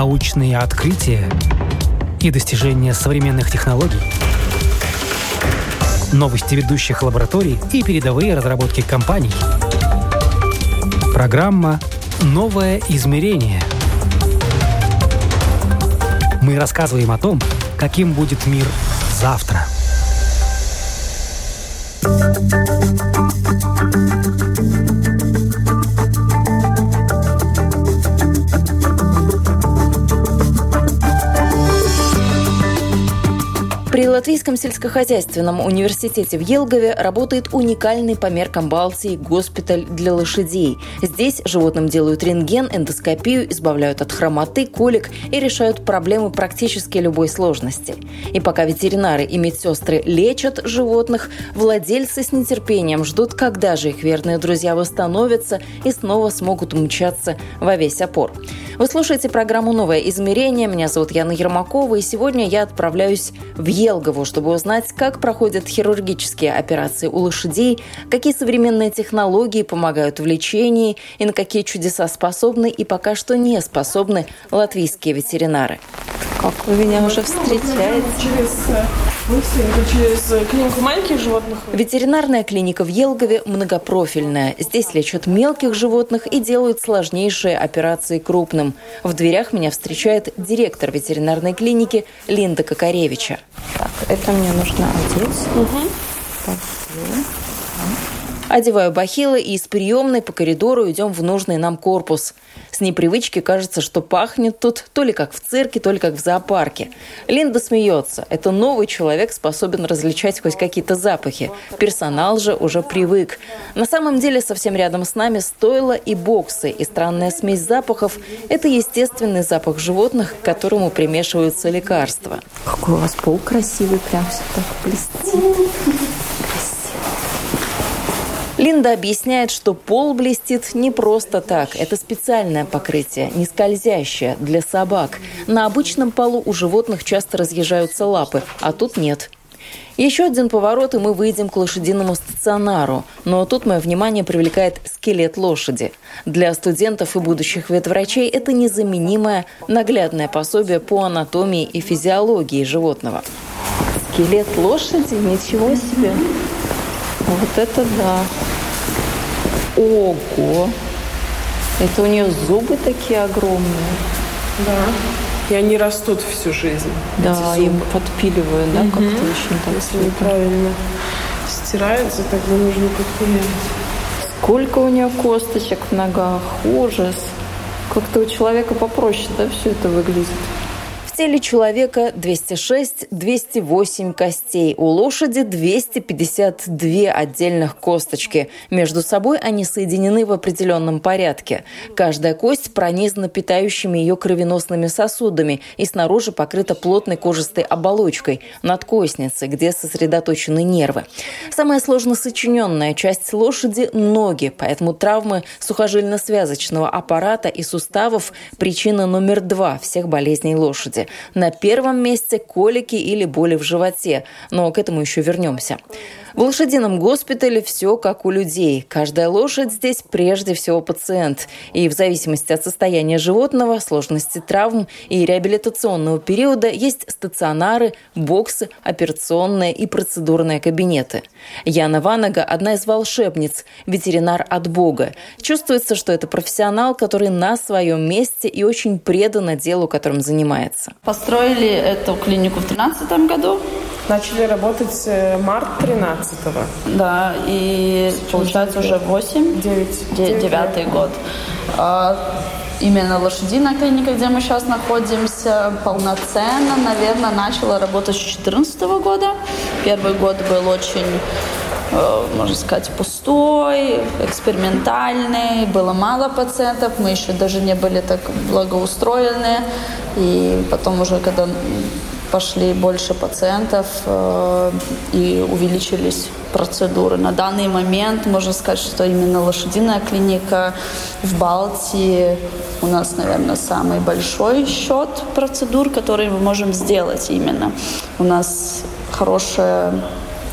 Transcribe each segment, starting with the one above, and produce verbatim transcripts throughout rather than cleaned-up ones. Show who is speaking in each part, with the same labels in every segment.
Speaker 1: Научные открытия и достижения современных технологий. Новости ведущих лабораторий и передовые разработки компаний. Программа «Новое измерение». Мы рассказываем о том, каким будет мир завтра.
Speaker 2: При Латвийском сельскохозяйственном университете в Елгове работает уникальный по меркам Балтии госпиталь для лошадей. Здесь животным делают рентген, эндоскопию, избавляют от хромоты, колик и решают проблемы практически любой сложности. И пока ветеринары и медсестры лечат животных, владельцы с нетерпением ждут, когда же их верные друзья восстановятся и снова смогут умчаться во весь опор. Вы слушаете программу «Новое измерение». Меня зовут Яна Ермакова, и сегодня я отправляюсь в Елгову, чтобы узнать, как проходят хирургические операции у лошадей, какие современные технологии помогают в лечении и на какие чудеса способны и пока что не способны латвийские ветеринары. Как вы меня уже встречаете?
Speaker 3: Через, через клинику маленьких животных.
Speaker 2: Ветеринарная клиника в Елгове многопрофильная. Здесь лечат мелких животных и делают сложнейшие операции крупным. В дверях меня встречает директор ветеринарной клиники Линда Кокаревича. Так, это мне нужно одеть. Угу. Одеваю бахилы и из приемной по коридору идем в нужный нам корпус. С непривычки кажется, что пахнет тут то ли как в цирке, то ли как в зоопарке. Линда смеется. Это новый человек способен различать хоть какие-то запахи. Персонал же уже привык. На самом деле совсем рядом с нами стойло и боксы. И странная смесь запахов – это естественный запах животных, к которому примешиваются лекарства. Какой у вас пол красивый, прям все так блестит. Линда объясняет, что пол блестит не просто так. Это специальное покрытие, не скользящее, для собак. На обычном полу у животных часто разъезжаются лапы, а тут нет. Еще один поворот, и мы выйдем к лошадиному стационару. Но тут мое внимание привлекает скелет лошади. Для студентов и будущих ветврачей это незаменимое наглядное пособие по анатомии и физиологии животного. Скелет лошади? Ничего себе! Вот это да. Ого! Это у нее зубы такие огромные.
Speaker 3: Да. И они растут всю жизнь.
Speaker 2: Да, им подпиливают, да, угу. Как-то очень так.
Speaker 3: Если неправильно стираются, тогда нужно подпиливать.
Speaker 2: Сколько у нее косточек в ногах. Ужас. Как-то у человека попроще, да, все это выглядит. В теле человека двести шесть - двести восемь костей, у лошади двести пятьдесят две отдельных косточки. Между собой они соединены в определенном порядке. Каждая кость пронизана питающими ее кровеносными сосудами и снаружи покрыта плотной кожистой оболочкой – надкостницей, где сосредоточены нервы. Самая сложно сочиненная часть лошади – ноги, поэтому травмы сухожильно-связочного аппарата и суставов – причина номер два всех болезней лошади. На первом месте колики или боли в животе, но к этому еще вернемся. В лошадином госпитале все как у людей. Каждая лошадь здесь прежде всего пациент. И в зависимости от состояния животного, сложности травм и реабилитационного периода есть стационары, боксы, операционные и процедурные кабинеты. Яна Ванага – одна из волшебниц, ветеринар от Бога. Чувствуется, что это профессионал, который на своем месте и очень предан делу, которым занимается.
Speaker 4: Построили эту клинику в две тысячи тринадцатом году.
Speaker 3: Начали работать март тринадцатого.
Speaker 4: Да, и сейчас получается уже восемь, девятый год. А, именно лошадиная клиника, где мы сейчас находимся, полноценно, наверное, начала работать с две тысячи четырнадцатого года. Первый год был очень, можно сказать, пустой, экспериментальный, было мало пациентов, мы еще даже не были так благоустроены. И потом уже, когда пошли больше пациентов э, и увеличились процедуры. На данный момент можно сказать, что именно лошадиная клиника в Балтии у нас, наверное, самый большой счет процедур, которые мы можем сделать именно. У нас хорошая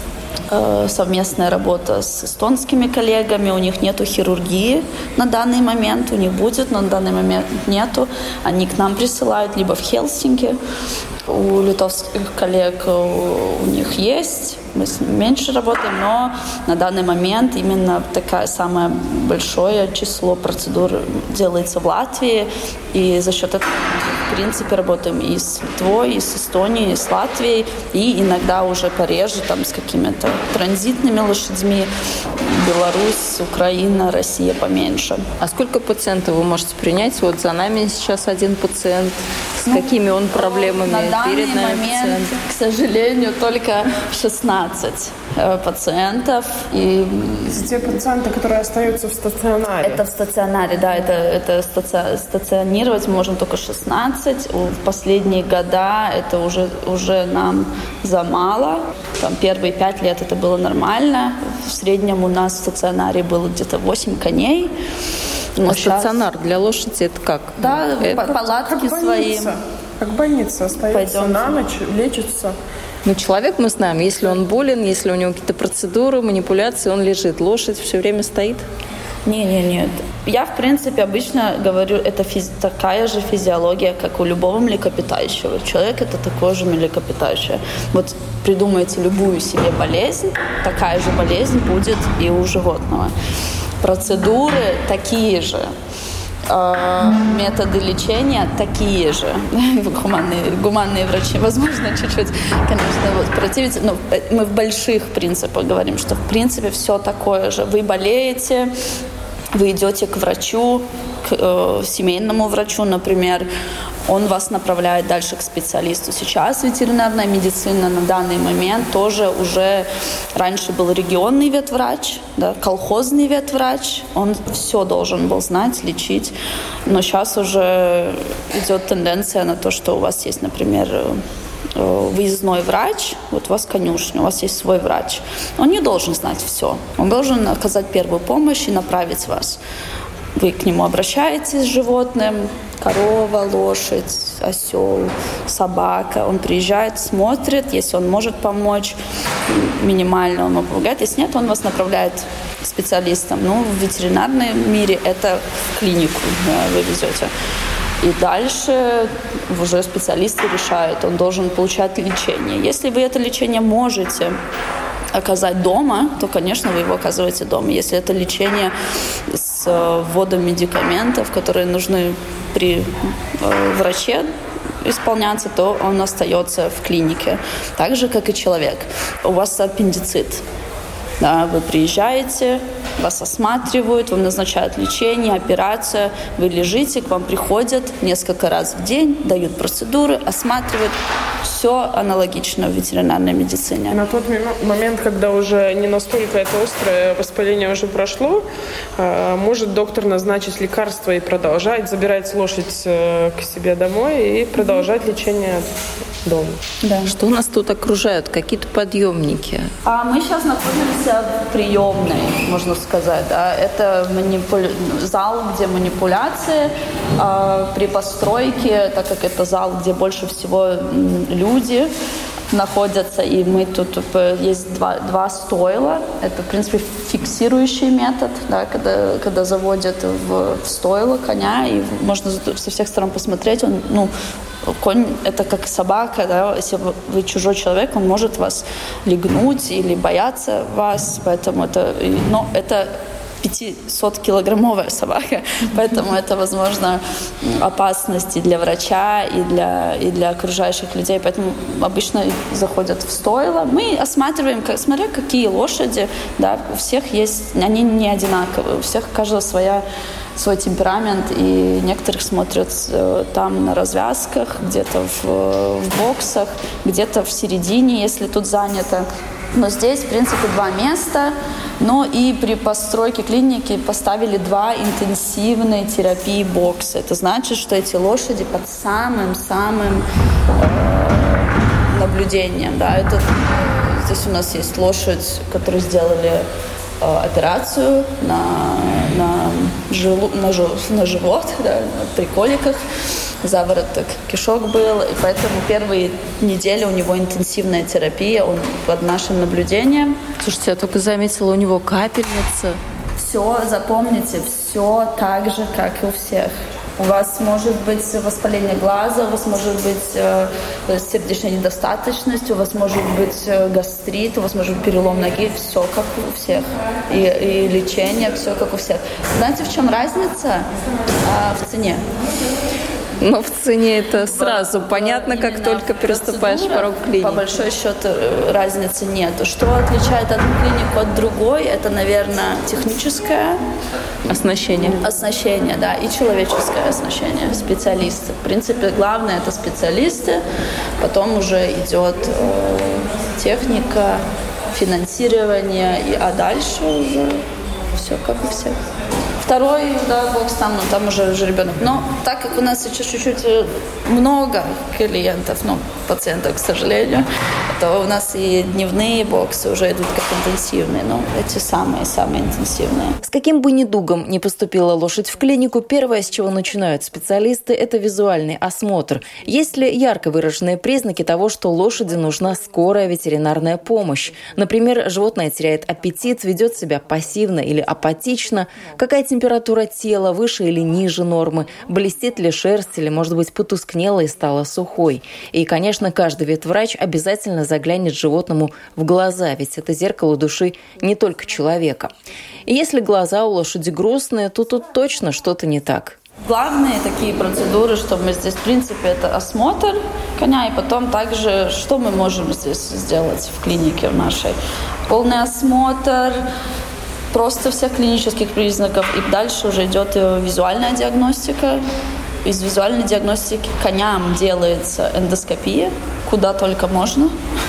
Speaker 4: совместная работа с эстонскими коллегами. У них нету хирургии на данный момент. У них будет, но на данный момент нету. Они к нам присылают либо в Хельсинки. У литовских коллег у них есть. Мы с ними меньше работаем, но на данный момент именно такое самое большое число процедур делается в Латвии. И за счет этого мы, в принципе, работаем и с Литвой, и с Эстонией, и с Латвией, и иногда уже пореже там, с какими-то транзитными лошадьми. Беларусь, Украина, Россия поменьше.
Speaker 2: А сколько пациентов вы можете принять? Вот за нами сейчас один пациент. С ну, какими он проблемами перед нами?
Speaker 4: На данный момент, к сожалению, только шестнадцать пациентов. И
Speaker 3: те пациенты, которые остаются в стационаре?
Speaker 4: Это в стационаре, да. Это, это стаци... стационировать мы можем только шестнадцать. В последние года это уже, уже нам за мало. Там, первые пять лет это было нормально. В среднем у нас в стационаре было где-то восемь коней.
Speaker 2: Но а сейчас... стационар для лошади это как?
Speaker 4: Да,
Speaker 2: это...
Speaker 4: палатки
Speaker 3: как
Speaker 4: свои.
Speaker 3: Как больница, остается Пойдемте. на ночь, лечится.
Speaker 2: Ну, человек мы знаем, если он болен, если у него какие-то процедуры, манипуляции, он лежит. Лошадь все время стоит?
Speaker 4: Не, не, нет. Я, в принципе, обычно говорю, это физи- такая же физиология, как у любого млекопитающего. Человек – это такое же млекопитающее. Вот придумайте любую себе болезнь, такая же болезнь будет и у животного. Процедуры такие же. Методы лечения такие же. Гуманные, гуманные врачи, возможно, чуть-чуть, конечно, вот, противятся. Но мы в больших принципах говорим, что в принципе все такое же. Вы болеете, вы идете к врачу, к э, семейному врачу, например, он вас направляет дальше к специалисту. Сейчас ветеринарная медицина на данный момент тоже уже... Раньше был регионный ветврач, да, колхозный ветврач. Он все должен был знать, лечить. Но сейчас уже идет тенденция на то, что у вас есть, например, выездной врач, вот у вас конюшня, у вас есть свой врач. Он не должен знать все. Он должен оказать первую помощь и направить вас. Вы к нему обращаетесь с животным, корова, лошадь, осел, собака. Он приезжает, смотрит, если он может помочь, минимально он вам помогает. Если нет, он вас направляет к специалистам. Ну, в ветеринарном мире это в клинику, да, вы везете. И дальше уже специалисты решают, он должен получать лечение. Если вы это лечение можете оказать дома, то, конечно, вы его оказываете дома. Если это лечение с вводом медикаментов, которые нужны при э, враче исполняться, то он остается в клинике. Так же, как и человек. У вас аппендицит. Да, вы приезжаете, вас осматривают, вам назначают лечение, операцию, вы лежите, к вам приходят несколько раз в день, дают процедуры, осматривают. Все аналогично в ветеринарной медицине.
Speaker 3: На тот момент, когда уже не настолько это острое воспаление уже прошло, может доктор назначить лекарство и продолжать, забирать лошадь к себе домой и продолжать лечение дома.
Speaker 2: Да. Что у нас тут окружают? Какие-то подъемники?
Speaker 4: А мы сейчас находимся в приемной, можно сказать. Да? Это манипуля... зал, где манипуляции. А при постройке, так как это зал, где больше всего люди находятся, и мы тут есть два, два стойла. Это, в принципе, фиксирующий метод, да, когда, когда заводят в, в стойло коня, и можно со всех сторон посмотреть, он, ну, конь – это как собака, да? Если вы чужой человек, он может вас легнуть или бояться вас, поэтому это, но это пятисоткилограммовая собака, поэтому это, возможно, опасность и для врача, и для, и для окружающих людей, поэтому обычно заходят в стойло. Мы осматриваем, как, смотря какие лошади, да, у всех есть, они не одинаковые, у всех каждого своя свой темперамент, и некоторых смотрят э, там на развязках, где-то в, в боксах, где-то в середине, если тут занято. Но здесь, в принципе, два места. Но и при постройке клиники поставили два интенсивные терапии бокса. Это значит, что эти лошади под самым-самым э, наблюдением. Да? Это, э, здесь у нас есть лошадь, которую сделали операцию на, на, жилу, на, жил, на живот, да, при коликах. завороток кишок был, и поэтому первые недели у него интенсивная терапия, он под нашим наблюдением.
Speaker 2: Слушайте, я только заметила, у него капельница.
Speaker 4: Все, запомните, все так же, как и у всех. У вас может быть воспаление глаза, у вас может быть э, сердечная недостаточность, у вас может быть э, гастрит, у вас может быть перелом ноги, все как у всех. И, и лечение, все как у всех. Знаете, в чем разница? А, в цене.
Speaker 2: Но в цене это сразу да, понятно, как только переступаешь порог клиники.
Speaker 4: По большой счету разницы нет. Что отличает одну клинику от другой, это, наверное, техническое
Speaker 2: оснащение.
Speaker 4: Оснащение, да, и человеческое оснащение, специалисты. В принципе, главное это специалисты, потом уже идет э, техника, финансирование, и, а дальше уже все как у всех. Второй, да, бокс там, ну, там уже, уже ребенок. Но так как у нас сейчас чуть-чуть много клиентов, ну, пациентов, к сожалению, то у нас и дневные боксы уже идут как интенсивные, ну, эти самые-самые интенсивные.
Speaker 2: С каким бы недугом ни поступила лошадь в клинику, первое, с чего начинают специалисты, это визуальный осмотр. Есть ли ярко выраженные признаки того, что лошади нужна скорая ветеринарная помощь? Например, животное теряет аппетит, ведет себя пассивно или апатично, какая температура тела, выше или ниже нормы, блестит ли шерсть или, может быть, потускнела и стала сухой. И, конечно, каждый ветврач обязательно заглянет животному в глаза, ведь это зеркало души не только человека. И если глаза у лошади грустные, то тут точно что-то не так.
Speaker 4: Главные такие процедуры, что мы здесь, в принципе, это осмотр коня, и потом также, что мы можем здесь сделать в клинике в нашей. Полный осмотр, просто всех клинических признаков, и дальше уже идет визуальная диагностика. Из визуальной диагностики коням делается эндоскопия, куда только можно.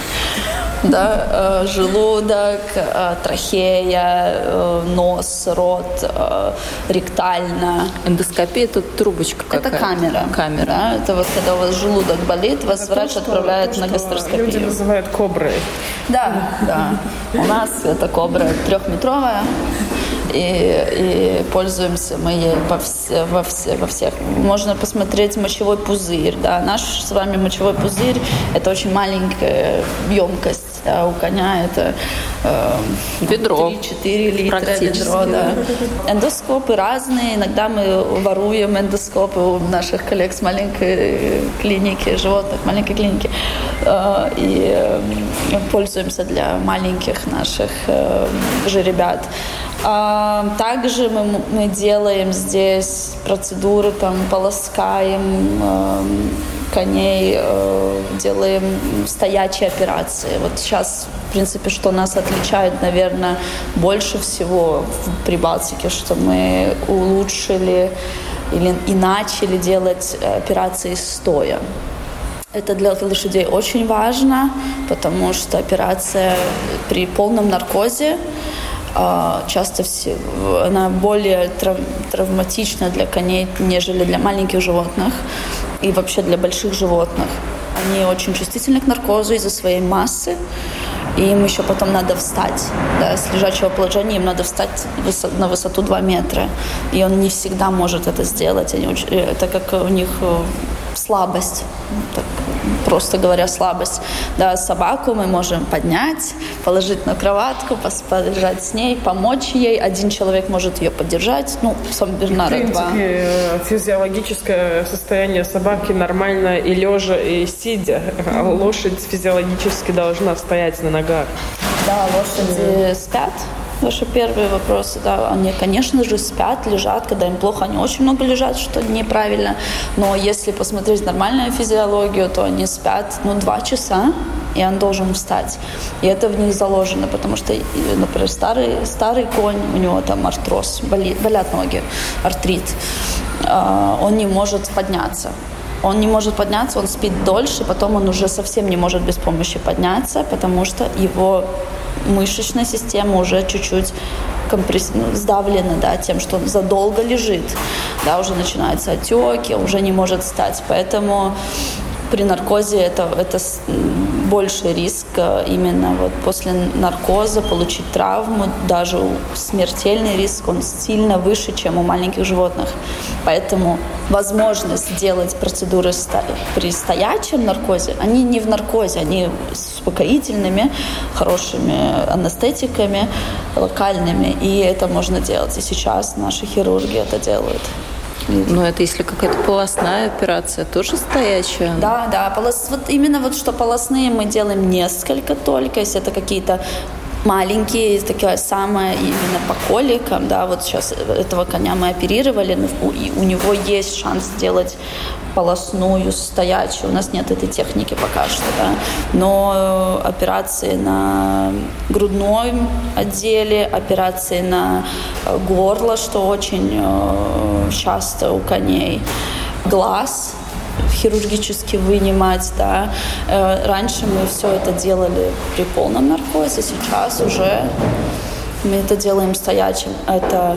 Speaker 4: Да, желудок, трахея, нос, рот, ректально.
Speaker 2: Эндоскопия – это трубочка какая-то.
Speaker 4: Это камера.
Speaker 2: Камера.
Speaker 4: Да, это вот когда у вас желудок болит, вас это врач то, отправляет то, на гастроскопию.
Speaker 3: Люди называют коброй.
Speaker 4: Да, да. У нас это кобра трехметровая. И, и пользуемся мы ей во, все, во, все, во всех. Можно посмотреть мочевой пузырь. Да. Наш с вами мочевой пузырь – это очень маленькая емкость. Да, у коня это э,
Speaker 2: ведро.
Speaker 4: три-четыре литра ведро. Да. Эндоскопы разные. Иногда мы воруем эндоскопы у наших коллег с маленькой клиники, животных, маленькой клиники. Э, и э, пользуемся для маленьких наших э, жеребят. А также мы, мы делаем здесь процедуры, там, полоскаем э, коней, э, делаем стоячие операции. Вот сейчас, в принципе, что нас отличает, наверное, больше всего в Прибалтике, что мы улучшили или и начали делать операции стоя. Это для лошадей очень важно, потому что операция при полном наркозе часто все, она более трав, травматична для коней, нежели для маленьких животных и вообще для больших животных. Они очень чувствительны к наркозу из-за своей массы, и им еще потом надо встать. Да, с лежачего положения им надо встать на высоту два метра, и он не всегда может это сделать, они, так как у них слабость, так, просто говоря, слабость. Да, собаку мы можем поднять, положить на кроватку, полежать с ней, помочь ей. Один человек может ее поддержать, ну, Сан-Бернара два.
Speaker 3: В принципе, физиологическое состояние собаки нормально и лежа, и сидя. А лошадь физиологически должна стоять на ногах.
Speaker 4: Да, лошади спят. Ваши первые вопросы, да, они, конечно же, спят, лежат, когда им плохо, они очень много лежат, что неправильно, но если посмотреть нормальную физиологию, то они спят, ну, два часа, и он должен встать, и это в них заложено, потому что, например, старый, старый конь, у него там артроз, болит, болят ноги, артрит, он не может подняться. Он не может подняться, он спит дольше, потом он уже совсем не может без помощи подняться, потому что его мышечная система уже чуть-чуть компресс... ну, сдавлена, да, тем, что он задолго лежит. Да, уже начинаются отеки, уже не может встать. Поэтому при наркозе это, это больший риск именно вот после наркоза получить травму, даже смертельный риск, он сильно выше, чем у маленьких животных. Поэтому возможность делать процедуры при стоячем наркозе, они не в наркозе, они с успокоительными, хорошими анестетиками, локальными, и это можно делать. И сейчас наши хирурги это делают.
Speaker 2: Но это если какая-то полостная операция, тоже стоячая?
Speaker 4: Да, да. Полос... Вот именно вот что полостные мы делаем несколько только, если это какие-то маленькие, такое самое именно по коликам, да, вот сейчас этого коня мы оперировали, и у него есть шанс сделать полостную стоячую. У нас нет этой техники пока что, да. Но операции на грудном отделе, операции на горло, что очень часто у коней, глаз хирургически вынимать, да. Раньше мы все это делали при полном наркозе, сейчас уже мы это делаем стоячим. Это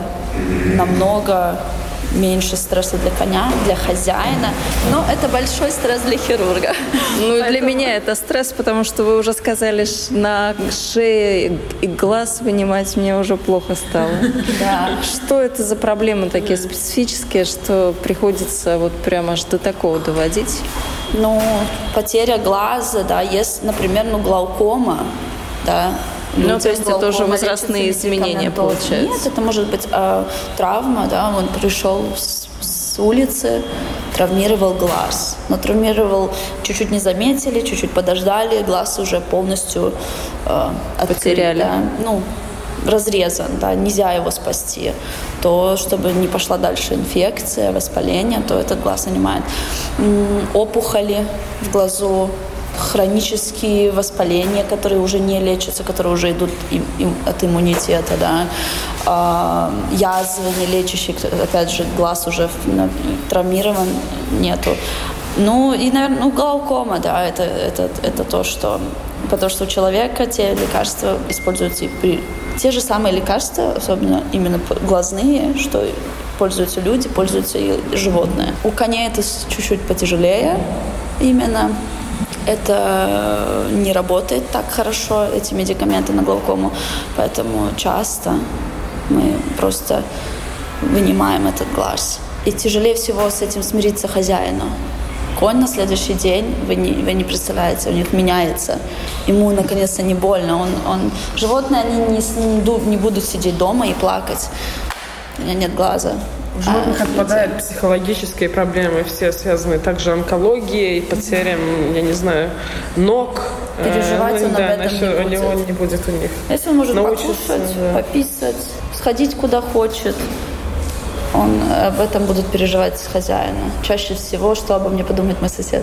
Speaker 4: намного меньше стресса для коня, для хозяина, но это большой стресс для хирурга.
Speaker 2: Ну, Поэтому... для меня это стресс, потому что вы уже сказали, на шее и глаз вынимать мне уже плохо стало.
Speaker 4: Да.
Speaker 2: Что это за проблемы такие специфические, что приходится вот прямо аж до такого доводить?
Speaker 4: Ну, потеря глаза, да, есть, например, ну, глаукома, да.
Speaker 2: Ну, то есть это тоже возрастные изменения получаются?
Speaker 4: Нет, это может быть э, травма, да, он пришел с, с улицы, травмировал глаз, но травмировал, чуть-чуть не заметили, чуть-чуть подождали, глаз уже полностью э, открыт,
Speaker 2: потеряли.
Speaker 4: Да, ну, разрезан, да, нельзя его спасти. То, чтобы не пошла дальше инфекция, воспаление, то этот глаз занимает. М-м, опухоли в глазу, хронические воспаления, которые уже не лечатся, которые уже идут им, им от иммунитета, да, а, язвы не лечащие, опять же, глаз уже травмирован, нету. Ну, и, наверное, ну, глаукома, да, это, это, это то, что... Потому что у человека те лекарства используются и при... Те же самые лекарства, особенно именно глазные, что пользуются люди, пользуются и животные. У коней это чуть-чуть потяжелее именно. Это не работает так хорошо, эти медикаменты на глаукому, поэтому часто мы просто вынимаем этот глаз. И тяжелее всего с этим смириться хозяину. Конь на следующий день, вы не, вы не представляете, у них меняется. Ему наконец-то не больно. Он, он... Животные, они не, не, не будут сидеть дома и плакать. У меня нет глаза.
Speaker 3: У животных а, отпадают люди. Психологические проблемы, все связанные также онкологией, потерям, я не знаю, ног.
Speaker 4: Переживать он
Speaker 3: да,
Speaker 4: об этом
Speaker 3: насчет,
Speaker 4: не будет.
Speaker 3: него не будет у них.
Speaker 4: Если он может
Speaker 3: Научиться,
Speaker 4: покушать,
Speaker 3: да.
Speaker 4: пописать, сходить куда хочет, он об этом будет переживать хозяина. Чаще всего, что обо мне подумает мой сосед.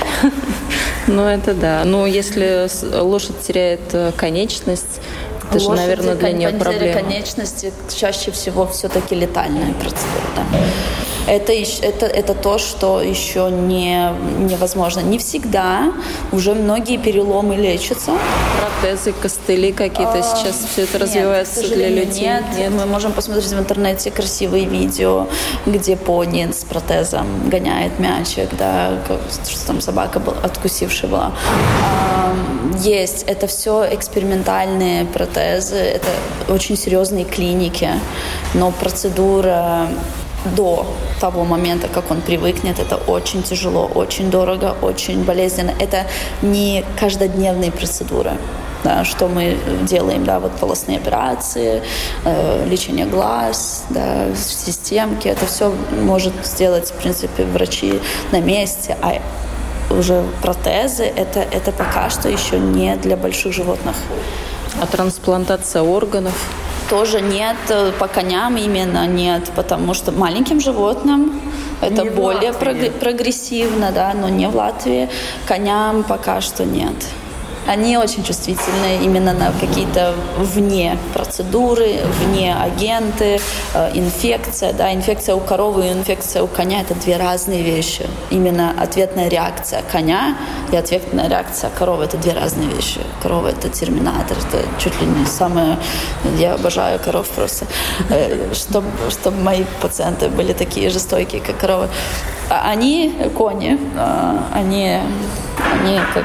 Speaker 2: Ну, это да. Но если лошадь теряет конечность, это же, наверное, для нее проблема.
Speaker 4: Конечности чаще всего все-таки летальная процедура. Да. Это, это, это то, что еще не, невозможно. Не всегда. Уже многие переломы лечатся.
Speaker 2: Протезы, костыли какие-то а, сейчас все это развивается
Speaker 4: нет,
Speaker 2: для людей?
Speaker 4: Нет, нет. Мы можем посмотреть в интернете красивые видео, где пони с протезом гоняет мячик, да, что там собака была, откусившая была. А, есть. Это все экспериментальные протезы. Это очень серьезные клиники. Но процедура до того момента, как он привыкнет, это очень тяжело, очень дорого, очень болезненно. Это не каждодневные процедуры, да, что мы делаем, да, вот полостные операции, э, лечение глаз, да, системки. Это все может сделать, в принципе, врачи на месте, а уже протезы это, это пока что еще не для больших животных.
Speaker 2: А трансплантация органов?
Speaker 4: Тоже нет, по коням именно нет, потому что маленьким животным это не более прогрессивно, да, но не в Латвии. Коням пока что нет. Они очень чувствительны именно на какие-то вне процедуры, вне агенты, э, инфекция. Да, инфекция у коровы и инфекция у коня – это две разные вещи. Именно ответная реакция коня и ответная реакция коровы – это две разные вещи. Корова – это терминатор, это чуть ли не самое… Я обожаю коров просто, э, чтобы, чтобы мои пациенты были такие же стойкие, как коровы. Они, кони, они, они как,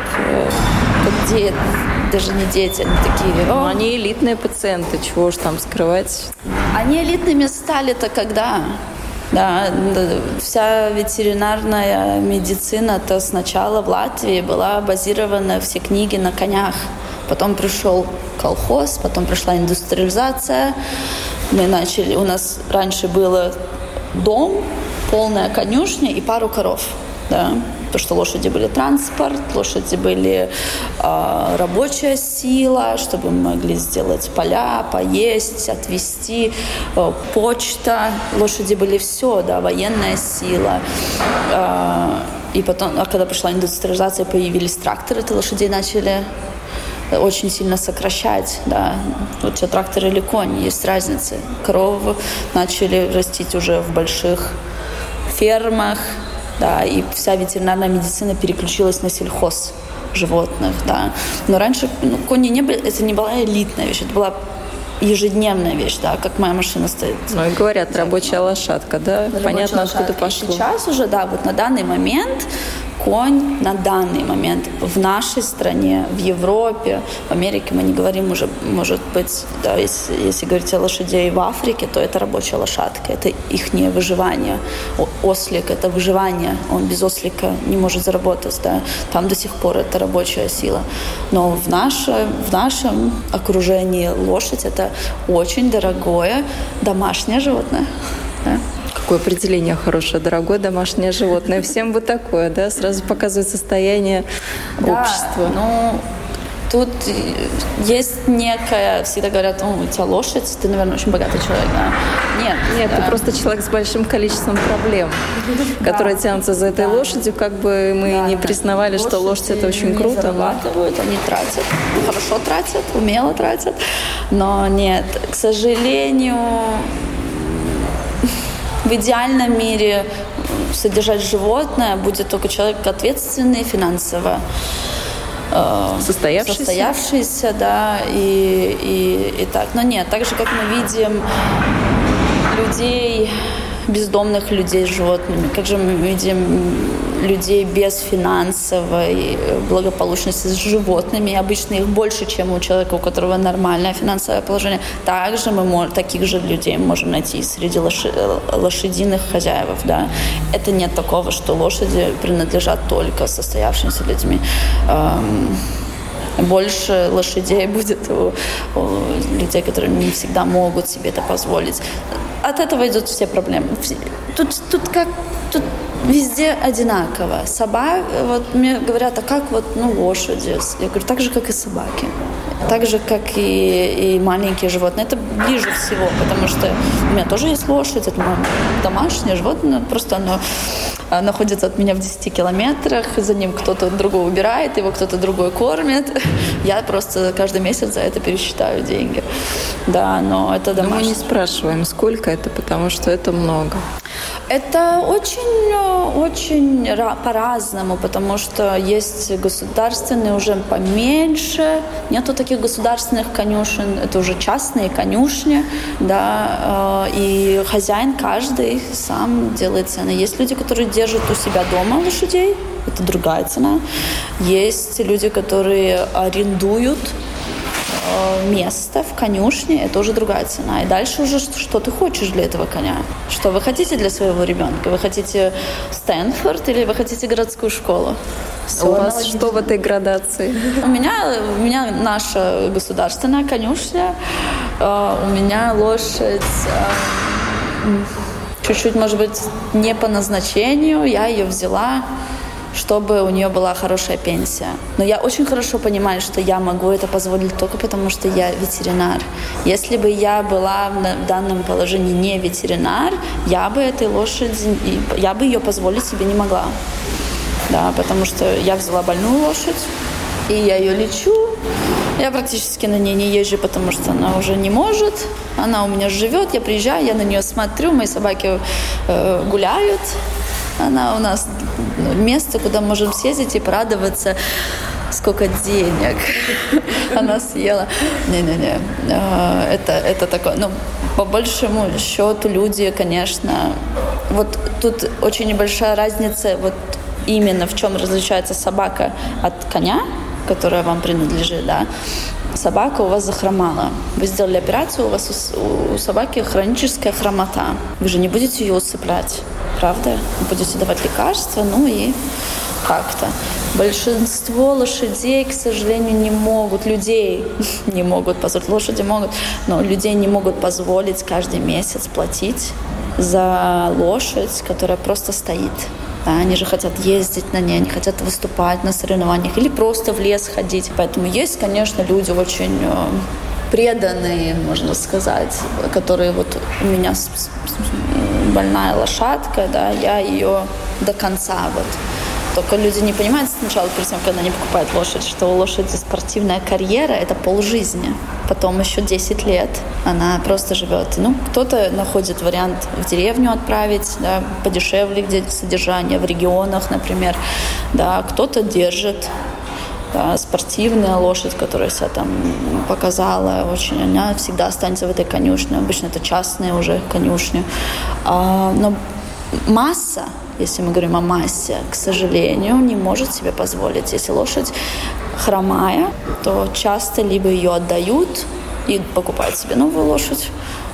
Speaker 4: как дети, даже не дети, они такие...
Speaker 2: Но они элитные пациенты, чего уж там скрывать.
Speaker 4: Они элитными стали-то когда? Да, вся ветеринарная медицина-то сначала в Латвии была базирована, все книги на конях. Потом пришел колхоз, потом пришла индустриализация. Мы начали, у нас раньше было дом, полная конюшня и пару коров. Да? Потому что лошади были транспорт, лошади были э, рабочая сила, чтобы мы могли сделать поля, поесть, отвезти, э, почта. Лошади были все, да, военная сила. Э, и потом, а когда пришла индустриализация, появились тракторы, то лошадей начали очень сильно сокращать, да. Вот что, трактор или конь, есть разница. Коровы начали растить уже в больших фермах, да, и вся ветеринарная медицина переключилась на сельхоз животных, да. Но раньше ну, кони не были, это не была элитная вещь, это была ежедневная вещь, да, как моя машина стоит.
Speaker 2: Ну и говорят, рабочая лошадка, да,
Speaker 4: рабочая
Speaker 2: понятно,
Speaker 4: лошадка.
Speaker 2: Откуда пошло.
Speaker 4: И сейчас уже, да, вот на данный момент конь на данный момент в нашей стране, в Европе, в Америке мы не говорим уже, может быть, да, если, если говорить о лошадей в Африке, то это рабочая лошадка, это их не выживание. Ослик – это выживание, он без ослика не может заработать, да, там до сих пор это рабочая сила. Но в, наше, в нашем окружении лошадь – это очень дорогое домашнее животное, да.
Speaker 2: Какое определение хорошее, дорогое домашнее животное. Всем бы такое, да? Сразу показывает состояние
Speaker 4: да,
Speaker 2: общества.
Speaker 4: Ну, тут есть некая, всегда говорят, у тебя лошадь, ты, наверное, очень богатый человек, да? Нет.
Speaker 2: Нет,
Speaker 4: да.
Speaker 2: ты просто человек с большим количеством проблем,
Speaker 4: да.
Speaker 2: которые тянутся за этой
Speaker 4: да.
Speaker 2: лошадью, как бы мы
Speaker 4: да,
Speaker 2: не
Speaker 4: да.
Speaker 2: признавали,
Speaker 4: Лошади
Speaker 2: что лошадь это очень круто.
Speaker 4: Зарабатывают, но... они тратят, хорошо тратят, умело тратят, но нет, к сожалению... В идеальном мире содержать животное будет только человек ответственный финансово, э,
Speaker 2: состоявшийся,
Speaker 4: состоявшийся да, и, и, и так. Но нет, так же, как мы видим людей, бездомных людей с животными, как же мы видим людей без финансовой благополучности с животными. Обычно их больше, чем у человека, у которого нормальное финансовое положение. Также мы можем, таких же людей можем найти среди лоши, лошадиных хозяев. Да. Это нет такого, что лошади принадлежат только состоявшимся людьми. Больше лошадей будет у, у людей, которые не всегда могут себе это позволить. От этого идут все проблемы. Тут, тут как... Тут везде одинаково. Собак, вот мне говорят, а как вот, ну, лошади? Я говорю, так же, как и собаки. Так же, как и, и маленькие животные. Это ближе всего, потому что у меня тоже есть лошадь, это мое домашнее животное, просто оно находится от меня в десяти километрах, за ним кто-то другой убирает, его кто-то другой кормит. Я просто каждый месяц за это пересчитаю деньги. Да, но это домашнее.
Speaker 2: Но мы не спрашиваем, сколько это, потому что это много.
Speaker 4: Это очень, очень по-разному, потому что есть государственные уже поменьше, нету таких государственных конюшен, это уже частные конюшни, да, и хозяин каждый сам делает цены. Есть люди, которые держат у себя дома лошадей, это другая цена. Есть люди, которые арендуют место в конюшне, это уже другая цена. И дальше уже что, что ты хочешь для этого коня. Что вы хотите для своего ребенка? Вы хотите Стэнфорд или вы хотите городскую школу?
Speaker 2: Все, у вас что в этой градации?
Speaker 4: У меня, у меня наша государственная конюшня, у меня лошадь чуть-чуть, может быть, не по назначению. Я ее взяла, чтобы у нее была хорошая пенсия. Но я очень хорошо понимаю, что я могу это позволить только потому, что я ветеринар. Если бы я была в данном положении не ветеринар, я бы этой лошади, я бы ее позволить себе не могла. Да, потому что я взяла больную лошадь, и я ее лечу. Я практически на ней не езжу, потому что она уже не может. Она у меня живет, я приезжаю, я на нее смотрю, мои собаки э, гуляют. Она у нас место, куда можем съездить и порадоваться, сколько денег она съела. Не-не-не, это, это такое. Ну, по большему счету люди, конечно, вот тут очень небольшая разница, вот именно в чем различается собака от коня, которая вам принадлежит, да. Собака у вас захромала. Вы сделали операцию, у вас у, у собаки хроническая хромота. Вы же не будете ее усыплять, правда? Вы будете давать лекарства, ну и как-то. Большинство лошадей, к сожалению, не могут, людей не могут позволить, лошади могут, но людей не могут позволить каждый месяц платить за лошадь, которая просто стоит. Да, они же хотят ездить на ней, они хотят выступать на соревнованиях или просто в лес ходить. Поэтому есть, конечно, люди очень преданные, можно сказать, которые вот у меня больная лошадка, да, я ее до конца вот. Только люди не понимают сначала, перед тем, когда они покупают лошадь, что у лошади спортивная карьера – это полжизни. Потом еще десять лет она просто живет. Ну, кто-то находит вариант в деревню отправить, да, подешевле, где содержание, в регионах, например. Да, кто-то держит. Да, спортивная лошадь, которая себя там показала, очень, она всегда останется в этой конюшне. Обычно это частные уже конюшни. А, но масса, если мы говорим о массе, к сожалению, не может себе позволить. Если лошадь хромая, то часто либо ее отдают и покупают себе новую лошадь,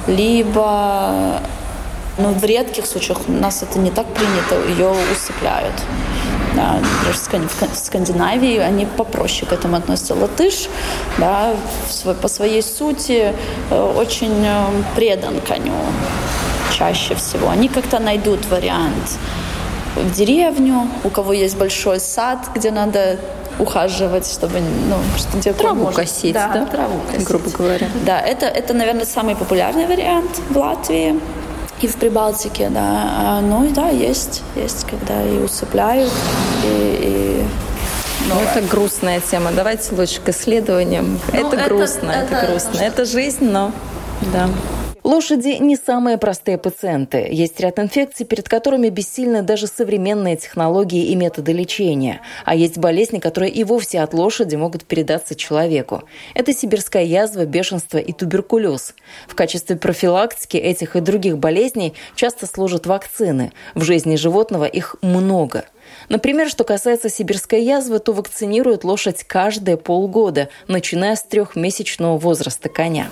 Speaker 4: либо, ну, в редких случаях, у нас это не так принято, ее усыпляют. Да, в Скандинавии они попроще к этому относятся. Латыш, да, по своей сути очень предан коню чаще всего. Они как-то найдут вариант в деревню, у кого есть большой сад, где надо ухаживать, чтобы, ну, что где
Speaker 2: траву
Speaker 4: может...
Speaker 2: косить, да,
Speaker 4: да? Траву косить,
Speaker 2: грубо говоря.
Speaker 4: Да, это, это, наверное, самый популярный вариант в Латвии и в Прибалтике, да. Ну и да, есть, есть, когда и усыпляют, и... и...
Speaker 2: Ну, это грустная тема. Давайте лучше к исследованиям. Ну, это, это грустно, это, это грустно. Это, это жизнь, но да. Лошади не самые простые пациенты. Есть ряд инфекций, перед которыми бессильны даже современные технологии и методы лечения. А есть болезни, которые и вовсе от лошади могут передаться человеку. Это сибирская язва, бешенство и туберкулез. В качестве профилактики этих и других болезней часто служат вакцины. В жизни животного их много. Например, что касается сибирской язвы, то вакцинируют лошадь каждые полгода, начиная с трехмесячного возраста коня.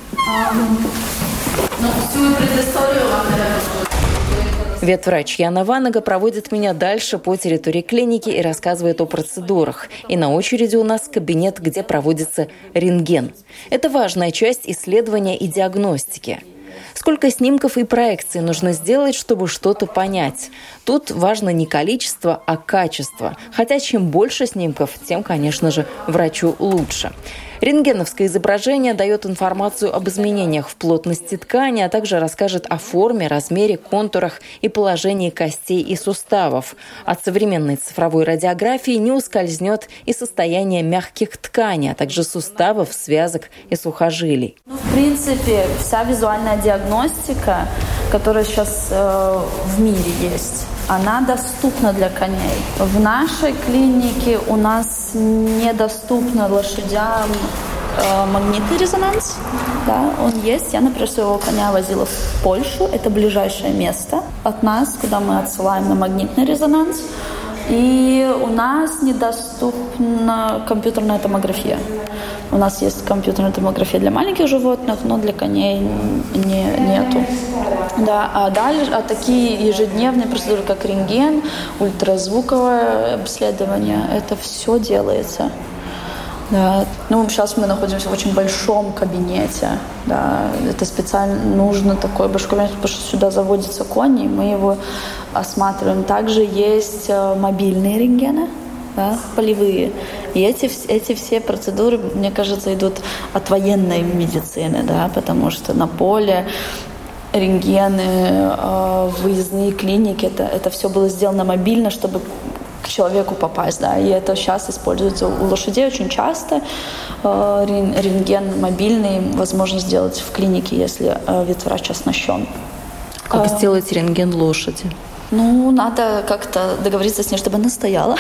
Speaker 4: Ну, всю предысторию вам, наверное,
Speaker 2: Ветврач Яна Ванага проводит меня дальше по территории клиники и рассказывает о процедурах. И на очереди у нас кабинет, где проводится рентген. Это важная часть исследования и диагностики. Сколько снимков и проекций нужно сделать, чтобы что-то понять? Тут важно не количество, а качество. Хотя чем больше снимков, тем, конечно же, врачу лучше. Рентгеновское изображение дает информацию об изменениях в плотности ткани, а также расскажет о форме, размере, контурах и положении костей и суставов. От современной цифровой радиографии не ускользнет и состояние мягких тканей, а также суставов, связок и сухожилий.
Speaker 4: Ну, в принципе, вся визуальная диагностика, которая сейчас э, в мире есть, она доступна для коней. В нашей клинике у нас недоступно лошадям э, магнитный резонанс. Да, он есть. Я, например, своего коня возила в Польшу. Это ближайшее место от нас, куда мы отсылаем на магнитный резонанс. И у нас недоступна компьютерная томография. У нас есть компьютерная томография для маленьких животных, но для коней не, нету. Да, а дальше, а такие ежедневные процедуры, как рентген, ультразвуковое обследование, это все делается. Да. Ну, сейчас мы находимся в очень большом кабинете. Да. Это специально нужно такой большой кабинет, потому что сюда заводятся кони, и мы его осматриваем. Также есть мобильные рентгены, да, полевые. И эти, эти все процедуры, мне кажется, идут от военной медицины, да, потому что на поле рентгены, выездные клиники, это, это все было сделано мобильно, чтобы к человеку попасть, да, и это сейчас используется у лошадей очень часто. Рентген мобильный возможно сделать в клинике, если ветврач оснащен.
Speaker 2: Как сделать рентген лошади?
Speaker 4: Ну, надо как-то договориться с ней, чтобы она стояла.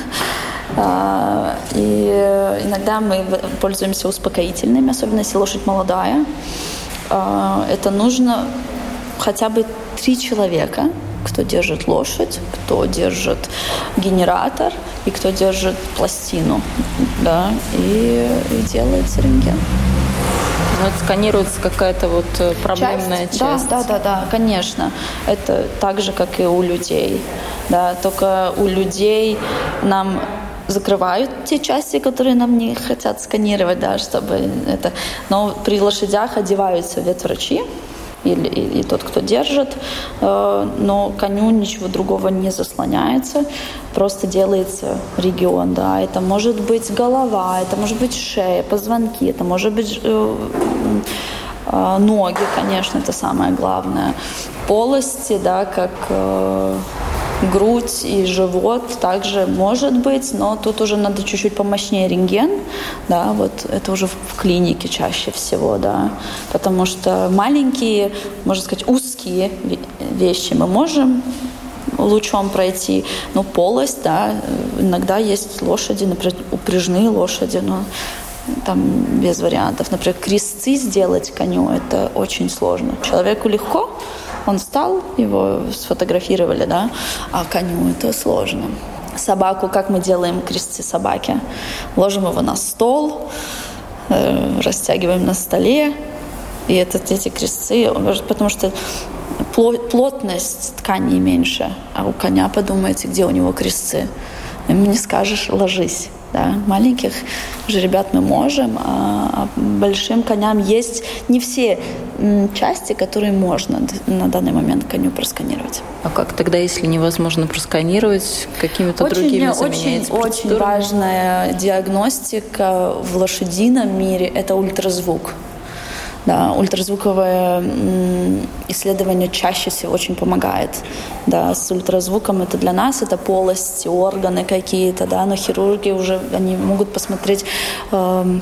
Speaker 4: И иногда мы пользуемся успокоительными, особенно если лошадь молодая. Это нужно хотя бы три человека кто держит лошадь, кто держит генератор и кто держит пластину, да, и, и делается рентген.
Speaker 2: Но это сканируется какая-то вот проблемная часть. часть.
Speaker 4: Да, да, да, да, конечно. Это так же, как и у людей. Да, только у людей нам закрывают те части, которые нам не хотят сканировать, да, чтобы это. Но при лошадях одеваются ветврачи или и, и тот, кто держит, э, но коню ничего другого не заслоняется, просто делается регион, да. Это может быть голова, это может быть шея, позвонки, это может быть э, э, ноги, конечно, это самое главное. Полости, да, как э, грудь и живот также может быть, но тут уже надо чуть-чуть помощнее рентген, да, вот это уже в клинике чаще всего, да, потому что маленькие, можно сказать, узкие вещи мы можем лучом пройти, но полость, да, иногда есть лошади, например, упряжные лошади, но там без вариантов. Например, крестцы сделать коню – это очень сложно. Человеку легко, он встал, его сфотографировали, да, а коню это сложно. Собаку, как мы делаем крестцы собаки? Ложим его на стол, э, растягиваем на столе, и это эти крестцы, потому что плотность ткани меньше, а у коня, подумайте, где у него крестцы. Ему не скажешь «ложись». Да, маленьких же ребят мы можем, а большим коням есть не все части, которые можно на данный момент коню просканировать.
Speaker 2: А как тогда, если невозможно просканировать, какими-то
Speaker 4: очень,
Speaker 2: другими
Speaker 4: заменяете очень, очень важная диагностика в лошадином мире – это ультразвук. Да, ультразвуковое исследование чаще всего очень помогает. Да, с ультразвуком это для нас это полости, органы какие-то, да, но хирурги уже они могут посмотреть э,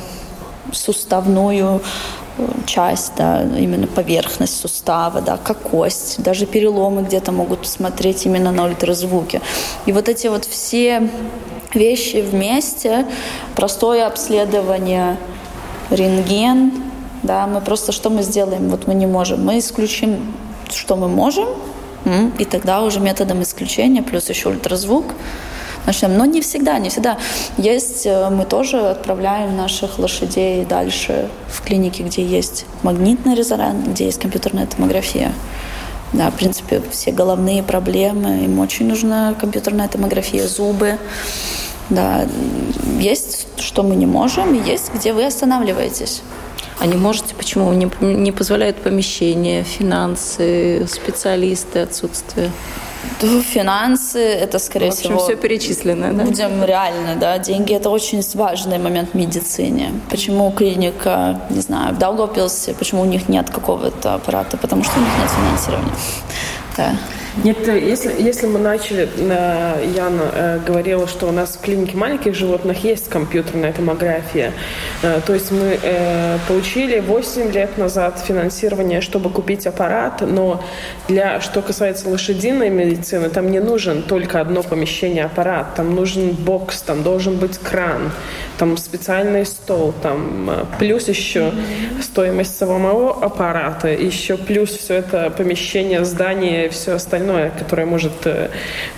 Speaker 4: суставную часть, да, именно поверхность сустава, да, как кость, даже переломы где-то могут смотреть именно на ультразвуке. И вот эти вот все вещи вместе, простое обследование, рентген. Да, мы просто что мы сделаем? Вот мы не можем. Мы исключим, что мы можем, и тогда уже методом исключения, плюс еще ультразвук начнем. Но не всегда, не всегда. Есть, мы тоже отправляем наших лошадей дальше в клиники, где есть магнитный резонанс, где есть компьютерная томография. Да, в принципе, все головные проблемы, им очень нужна компьютерная томография, зубы. Да, есть, что мы не можем, и есть, где вы останавливаетесь.
Speaker 2: А не можете? Почему? Не, не позволяют помещения, финансы, специалисты, отсутствие?
Speaker 4: Финансы, это, скорее всего...
Speaker 2: В общем, всего, все перечислено, да?
Speaker 4: Будем реально, да. Деньги – это очень важный момент в медицине. Почему клиника, не знаю, в Даугавпилсе, почему у них нет какого-то аппарата? Потому что у них нет финансирования. Да.
Speaker 3: Нет, если, если мы начали, Яна э, говорила, что у нас в клинике маленьких животных есть компьютерная томография. Э, то есть мы э, получили восемь лет назад финансирование, чтобы купить аппарат, но для, что касается лошадиной медицины, там не нужен только одно помещение аппарат, там нужен бокс, там должен быть кран, там специальный стол, там плюс еще стоимость самого аппарата, еще плюс все это помещение, здание и все остальное, которое может э,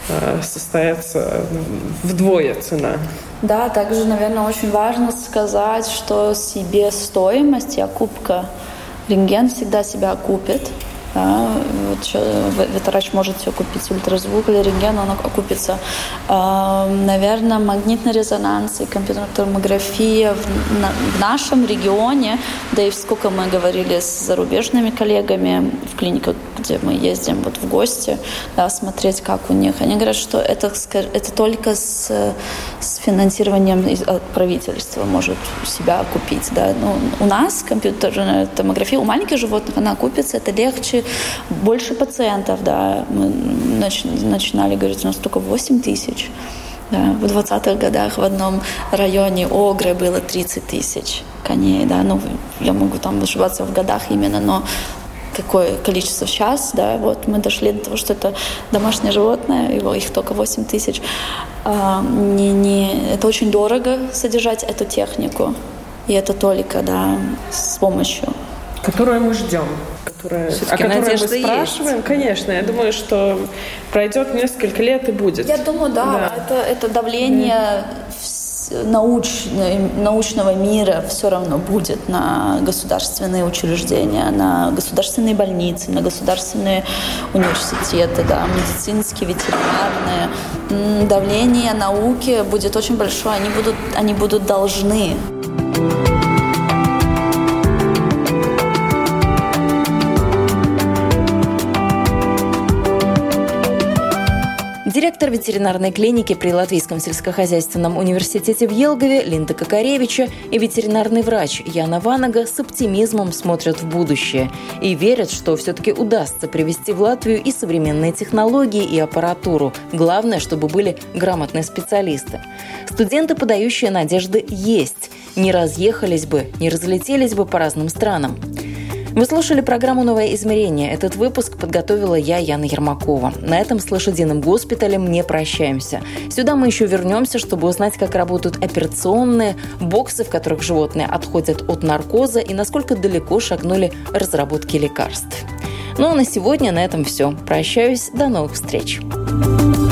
Speaker 3: состояться вдвое цена.
Speaker 4: Да, также, наверное, очень важно сказать, что себестоимость и окупка, рентген всегда себя окупит. Да, вот ветврач может все купить, ультразвук или рентген, он окупится. Наверное, магнитный резонанс и компьютерная томография в, на, в нашем регионе, да и сколько мы говорили с зарубежными коллегами в клиниках, где мы ездим вот в гости, да, смотреть, как у них. Они говорят, что это, это только с, с финансированием от правительства может себя окупить. Да. Ну, у нас компьютерная томография, у маленьких животных она окупится, это легче, больше пациентов, да, мы нач, начинали говорить, у нас только восемь тысяч. Да. В двадцатых годах в одном районе Огры было тридцать тысяч коней, да, ну, я могу там ошибаться в годах именно, но какое количество сейчас, да, вот мы дошли до того, что это домашнее животное, его, их только восемь тысяч. А, не, не, это очень дорого содержать эту технику, и это только, да, с помощью.
Speaker 3: Которую мы ждем. которая, о которой мы спрашиваем. Есть. Конечно, я думаю, что пройдет несколько лет и будет.
Speaker 4: Я думаю, да, да. Это, это давление mm. науч, научного мира все равно будет на государственные учреждения, на государственные больницы, на государственные университеты, да, медицинские, ветеринарные. Давление науки будет очень большое, они будут, они будут должны.
Speaker 2: Директор ветеринарной клиники при Латвийском сельскохозяйственном университете в Елгове Линда Кокаревича и ветеринарный врач Яна Ванага с оптимизмом смотрят в будущее и верят, что все-таки удастся привести в Латвию и современные технологии, и аппаратуру. Главное, чтобы были грамотные специалисты. Студенты, подающие надежды, есть. Не разъехались бы, не разлетелись бы по разным странам. Вы слушали программу «Новое измерение». Этот выпуск подготовила я, Яна Ермакова. На этом с лошадиным госпиталем не прощаемся. Сюда мы еще вернемся, чтобы узнать, как работают операционные, боксы, в которых животные отходят от наркоза, и насколько далеко шагнули разработки лекарств. Ну а на сегодня на этом все. Прощаюсь. До новых встреч.